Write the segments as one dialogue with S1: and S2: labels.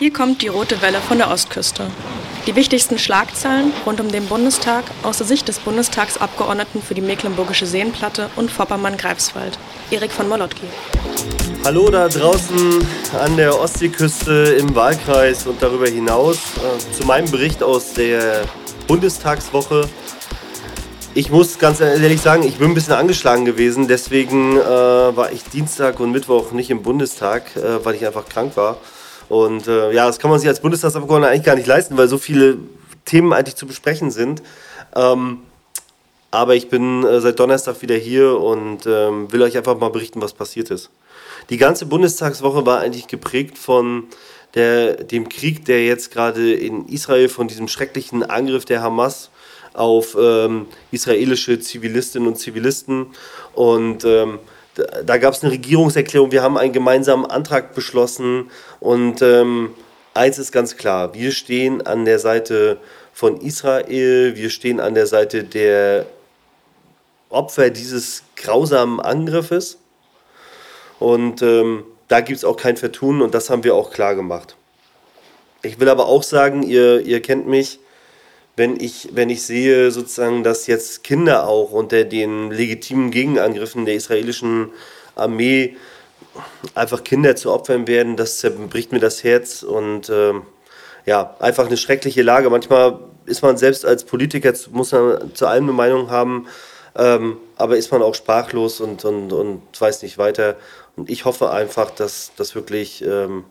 S1: Hier kommt die rote Welle von der Ostküste. Die wichtigsten Schlagzeilen rund um den Bundestag aus der Sicht des Bundestagsabgeordneten für die Mecklenburgische Seenplatte und Vorpommern-Greifswald, Erik von Molotki.
S2: Hallo da draußen an der Ostseeküste im Wahlkreis und darüber hinaus zu meinem Bericht aus der Bundestagswoche. Ich muss ganz ehrlich sagen, ich bin ein bisschen angeschlagen gewesen, deswegen war ich Dienstag und Mittwoch nicht im Bundestag, weil ich einfach krank war. Und das kann man sich als Bundestagsabgeordneter eigentlich gar nicht leisten, weil so viele Themen eigentlich zu besprechen sind. Aber ich bin seit Donnerstag wieder hier und will euch einfach mal berichten, was passiert ist. Die ganze Bundestagswoche war eigentlich geprägt von dem Krieg, der jetzt gerade in Israel, von diesem schrecklichen Angriff der Hamas auf israelische Zivilistinnen und Zivilisten. Und da gab es eine Regierungserklärung, wir haben einen gemeinsamen Antrag beschlossen und eins ist ganz klar, wir stehen an der Seite von Israel, wir stehen an der Seite der Opfer dieses grausamen Angriffes und da gibt es auch kein Vertun und das haben wir auch klar gemacht. Ich will aber auch sagen, ihr kennt mich, wenn ich sehe sozusagen, dass jetzt Kinder auch unter den legitimen Gegenangriffen der israelischen Armee einfach Kinder zu Opfern werden, das zerbricht mir das Herz und einfach eine schreckliche Lage. Manchmal ist man selbst als Politiker, muss man zu allem eine Meinung haben, aber ist man auch sprachlos und weiß nicht weiter. Und ich hoffe einfach, dass das wirklich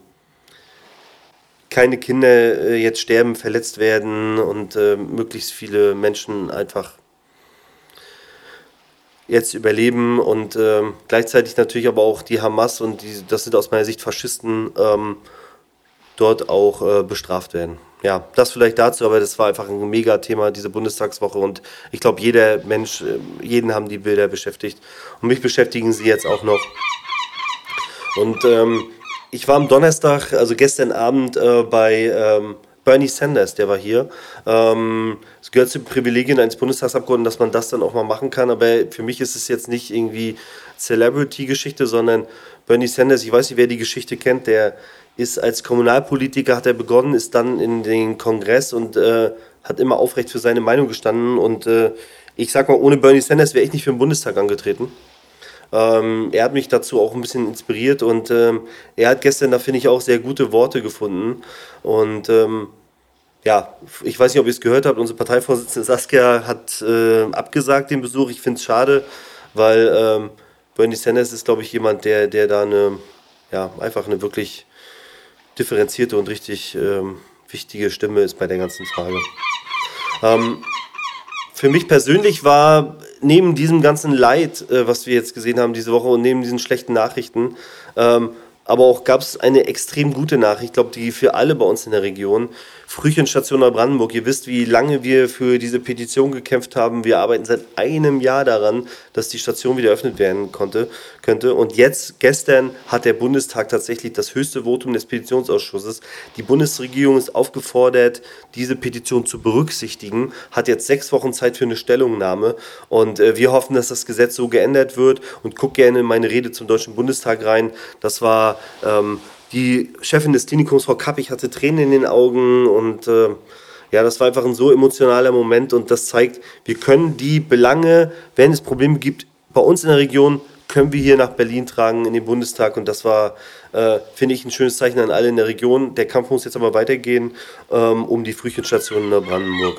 S2: keine Kinder jetzt sterben, verletzt werden und möglichst viele Menschen einfach jetzt überleben und gleichzeitig natürlich aber auch die Hamas und das sind aus meiner Sicht Faschisten, dort auch bestraft werden. Ja, das vielleicht dazu, aber das war einfach ein Mega-Thema, diese Bundestagswoche und ich glaube, jeder Mensch, jeden haben die Bilder beschäftigt und mich beschäftigen sie jetzt auch noch. Und ich war am Donnerstag, also gestern Abend, bei Bernie Sanders, der war hier. Es gehört zu den Privilegien eines Bundestagsabgeordneten, dass man das dann auch mal machen kann, aber für mich ist es jetzt nicht irgendwie Celebrity-Geschichte, sondern Bernie Sanders, ich weiß nicht, wer die Geschichte kennt, der ist als Kommunalpolitiker, hat er begonnen, ist dann in den Kongress und hat immer aufrecht für seine Meinung gestanden und ich sag mal, ohne Bernie Sanders wäre ich nicht für den Bundestag angetreten. Er hat mich dazu auch ein bisschen inspiriert und er hat gestern, da finde ich, auch sehr gute Worte gefunden. Und ich weiß nicht, ob ihr es gehört habt, unsere Parteivorsitzende Saskia hat abgesagt den Besuch. Ich finde es schade, weil Bernie Sanders ist, glaube ich, jemand, der da einfach eine wirklich differenzierte und richtig wichtige Stimme ist bei der ganzen Frage. Für mich persönlich war neben diesem ganzen Leid, was wir jetzt gesehen haben diese Woche und neben diesen schlechten Nachrichten, aber auch gab es eine extrem gute Nachricht, ich glaube, die für alle bei uns in der Region. Frühchenstation Neubrandenburg, ihr wisst, wie lange wir für diese Petition gekämpft haben. Wir arbeiten seit einem Jahr daran, dass die Station wieder eröffnet werden könnte. Und jetzt, gestern, hat der Bundestag tatsächlich das höchste Votum des Petitionsausschusses. Die Bundesregierung ist aufgefordert, diese Petition zu berücksichtigen, hat jetzt 6 Wochen Zeit für eine Stellungnahme. Und wir hoffen, dass das Gesetz so geändert wird. Und guckt gerne in meine Rede zum Deutschen Bundestag rein. Das war die Chefin des Klinikums, Frau Kapp, ich hatte Tränen in den Augen und das war einfach ein so emotionaler Moment und das zeigt, wir können die Belange, wenn es Probleme gibt, bei uns in der Region, können wir hier nach Berlin tragen in den Bundestag und das war, finde ich, ein schönes Zeichen an alle in der Region. Der Kampf muss jetzt aber weitergehen um die Frühchenstation in Neubrandenburg.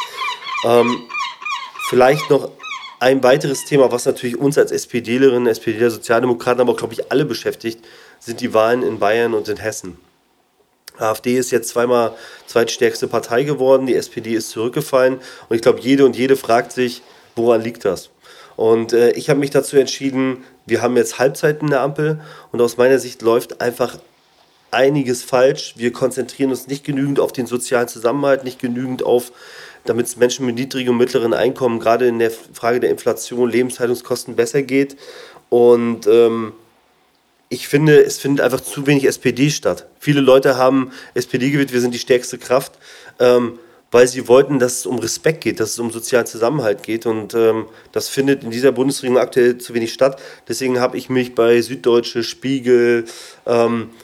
S2: Vielleicht noch ein weiteres Thema, was natürlich uns als SPDlerinnen, SPDler, Sozialdemokraten, aber auch, glaube ich, alle beschäftigt, sind die Wahlen in Bayern und in Hessen. AfD ist jetzt zweimal zweitstärkste Partei geworden, die SPD ist zurückgefallen und ich glaube, jede und jede fragt sich, woran liegt das? Und ich habe mich dazu entschieden, wir haben jetzt Halbzeit in der Ampel und aus meiner Sicht läuft einfach einiges falsch. Wir konzentrieren uns nicht genügend auf den sozialen Zusammenhalt, nicht genügend auf, damit es Menschen mit niedrigem und mittleren Einkommen gerade in der Frage der Inflation, Lebenshaltungskosten besser geht. Und ich finde, es findet einfach zu wenig SPD statt. Viele Leute haben SPD gewählt, wir sind die stärkste Kraft, weil sie wollten, dass es um Respekt geht, dass es um sozialen Zusammenhalt geht. Und das findet in dieser Bundesregierung aktuell zu wenig statt. Deswegen habe ich mich bei Süddeutsche, Spiegel,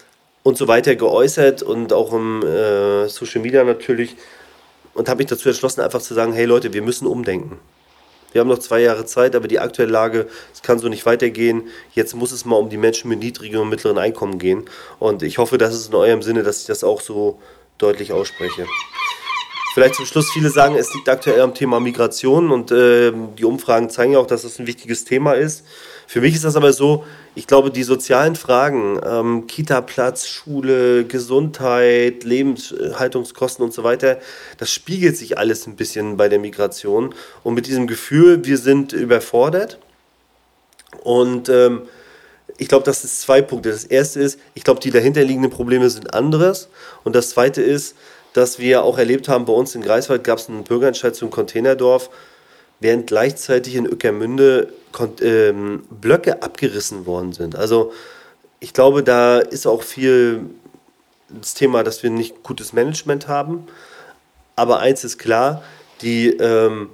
S2: und so weiter geäußert und auch im Social Media natürlich und habe mich dazu entschlossen, einfach zu sagen, hey Leute, wir müssen umdenken. Wir haben noch 2 Jahre Zeit, aber die aktuelle Lage, es kann so nicht weitergehen. Jetzt muss es mal um die Menschen mit niedrigem und mittleren Einkommen gehen. Und ich hoffe, das ist in eurem Sinne, dass ich das auch so deutlich ausspreche. Vielleicht zum Schluss, viele sagen, es liegt aktuell am Thema Migration und die Umfragen zeigen ja auch, dass das ein wichtiges Thema ist. Für mich ist das aber so, ich glaube, die sozialen Fragen, Kita-Platz, Schule, Gesundheit, Lebenshaltungskosten und so weiter, das spiegelt sich alles ein bisschen bei der Migration. Und mit diesem Gefühl, wir sind überfordert. Und ich glaube, das ist 2 Punkte. Das erste ist, ich glaube, die dahinterliegenden Probleme sind anderes. Und das zweite ist, dass wir auch erlebt haben, bei uns in Greifswald gab es einen Bürgerentscheid zum Containerdorf, während gleichzeitig in Ueckermünde Blöcke abgerissen worden sind. Also ich glaube, da ist auch viel das Thema, dass wir nicht gutes Management haben. Aber eins ist klar, wir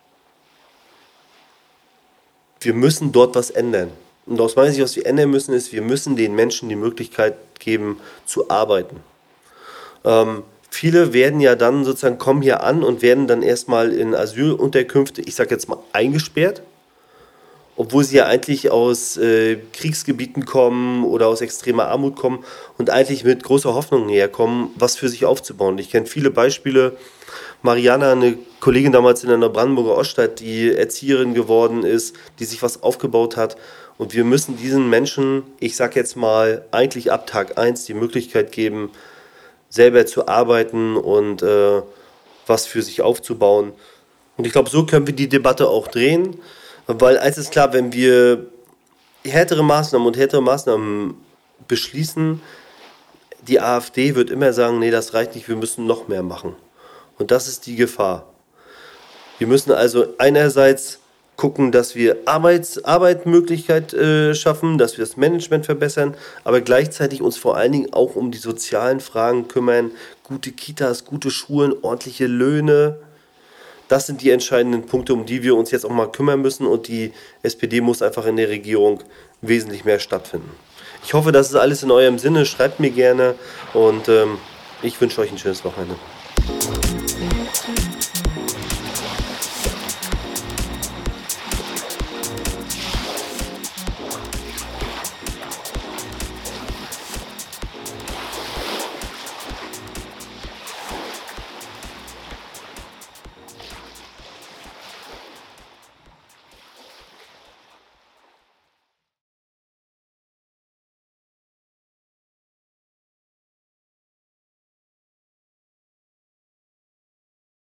S2: müssen dort was ändern. Und aus meiner Sicht, was wir ändern müssen, ist, wir müssen den Menschen die Möglichkeit geben, zu arbeiten. Viele werden ja dann sozusagen, kommen hier an und werden dann erstmal in Asylunterkünfte, ich sage jetzt mal, eingesperrt, obwohl sie ja eigentlich aus Kriegsgebieten kommen oder aus extremer Armut kommen und eigentlich mit großer Hoffnung herkommen, was für sich aufzubauen. Ich kenne viele Beispiele. Mariana, eine Kollegin damals in der Neubrandenburger Oststadt, die Erzieherin geworden ist, die sich was aufgebaut hat. Und wir müssen diesen Menschen, ich sage jetzt mal, eigentlich ab Tag 1 die Möglichkeit geben, selber zu arbeiten und was für sich aufzubauen. Und ich glaube, so können wir die Debatte auch drehen, weil eins ist klar, wenn wir härtere Maßnahmen beschließen, die AfD wird immer sagen, nee, das reicht nicht, wir müssen noch mehr machen. Und das ist die Gefahr. Wir müssen also einerseits gucken, dass wir Arbeitsmöglichkeit schaffen, dass wir das Management verbessern, aber gleichzeitig uns vor allen Dingen auch um die sozialen Fragen kümmern, gute Kitas, gute Schulen, ordentliche Löhne. Das sind die entscheidenden Punkte, um die wir uns jetzt auch mal kümmern müssen und die SPD muss einfach in der Regierung wesentlich mehr stattfinden. Ich hoffe, das ist alles in eurem Sinne. Schreibt mir gerne und ich wünsche euch ein schönes Wochenende.